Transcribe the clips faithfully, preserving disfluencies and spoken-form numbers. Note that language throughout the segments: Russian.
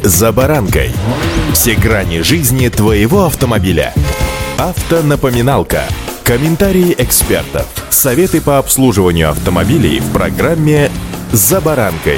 «За баранкой». Все грани жизни твоего автомобиля. Автонапоминалка. Комментарии экспертов. Советы по обслуживанию автомобилей в программе «За баранкой».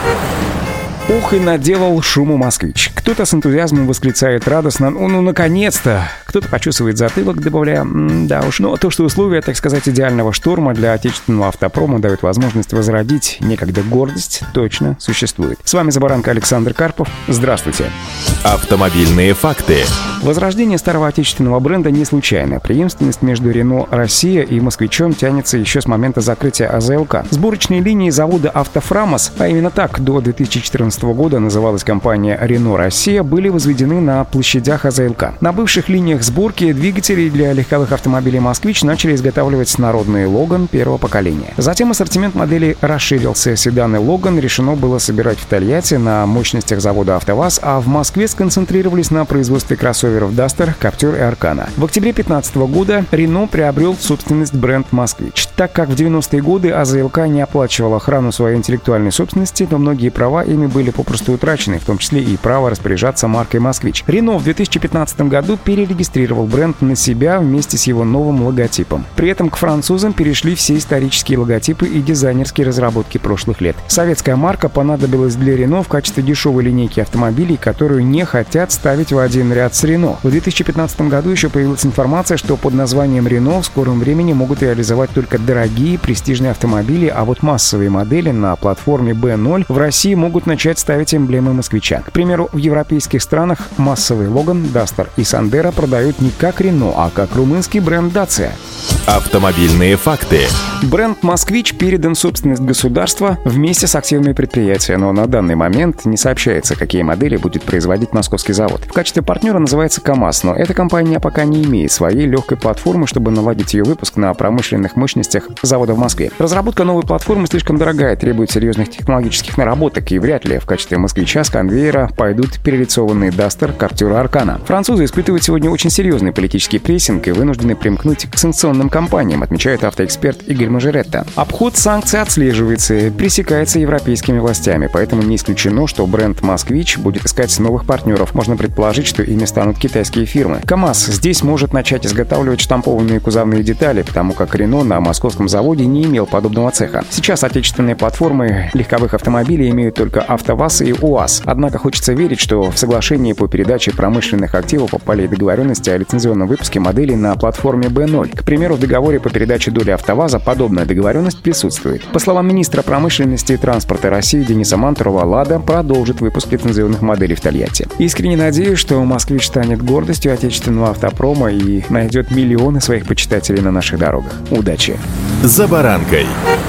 Ух, и наделал шуму москвич. Кто-то с энтузиазмом восклицает радостно: «Ну, ну наконец-то!» Кто-то почесывает затылок, добавляя: «Да уж». Но то, что условия, так сказать, идеального шторма для отечественного автопрома дают возможность возродить некогда гордость, точно существует. С вами «За баранкой» Александр Карпов. Здравствуйте. Автомобильные факты. Возрождение старого отечественного бренда не случайно. Преемственность между Renault Россия и Москвичом тянется еще с момента закрытия А З Л К. Сборочные линии завода «Автофрамос», а именно так до две тысячи четырнадцатого года называлась компания Renault Россия, были возведены на площадях А З Л К. На бывших линиях сборки двигателей для легковых автомобилей «Москвич» начали изготавливать народный «Логан» первого поколения. Затем ассортимент моделей расширился. Седаны «Логан» решено было собирать в Тольятти на мощностях завода «АвтоВАЗ», а в Москве сконцентрировались на производстве кроссоверов «Дастер», «Каптюр» и «Аркана». В октябре две тысячи пятнадцатого года Renault приобрел в собственность бренд «Москвич». Так как в девяностые годы А З Л К не оплачивала охрану своей интеллектуальной собственности, то многие права ими были попросту утрачены, в том числе и право распоряжаться маркой «Москвич». Renault в две тысячи пятнадцатом году перерегистрировал бренд на себя вместе с его новым логотипом. При этом к французам перешли все исторические логотипы и дизайнерские разработки прошлых лет. Советская марка понадобилась для Renault в качестве дешевой линейки автомобилей, которую не хотят ставить в один ряд с Renault. В две тысячи пятнадцатом году еще появилась информация, что под названием Renault в скором времени могут реализовать только дорогие престижные автомобили, а вот массовые модели на платформе Б ноль в России могут начать ставить эмблемы «Москвича». К примеру, в европейских странах массовый Логан, Дастер и Сандеро продают не как Renault, а как румынский бренд Dacia. Автомобильные факты. Бренд «Москвич» передан в собственность государства вместе с активами предприятия, но на данный момент не сообщается, какие модели будет производить московский завод. В качестве партнера называется КАМАЗ, но эта компания пока не имеет своей легкой платформы, чтобы наладить ее выпуск на промышленных мощностях завода в Москве. Разработка новой платформы слишком дорогая, требует серьезных технологических наработок, и вряд ли в качестве «Москвича» с конвейера пойдут перелицованные «Дастер», «Каптюр» и «Аркана». Французы испытывают сегодня очень серьезный политический прессинг и вынуждены примкнуть к санкционным компаниям, отмечает автоэксперт Игорь Мажоретто. Обход санкций отслеживается, пресекается европейскими властями, поэтому не исключено, что бренд «Москвич» будет искать новых партнеров. Можно предположить, что ими станут китайские фирмы. КАМАЗ здесь может начать изготавливать штампованные кузовные детали, потому как Renault на московском заводе не имел подобного цеха. Сейчас отечественные платформы легковых автомобилей имеют только АвтоВАЗ и УАЗ. Однако хочется верить, что в соглашении по передаче промышленных активов попали договоренности о лицензионном выпуске моделей на платформе Б ноль. К примеру, в договоре по передаче доли АвтоВАЗа подобная договоренность присутствует. По словам министра промышленности и транспорта России Дениса Мантурова, «Лада» продолжит выпуск лицензионных моделей в Тольятти. Искренне надеюсь, что «Москвич» станет гордостью отечественного автопрома и найдет миллионы своих почитателей на наших дорогах. Удачи! «За баранкой».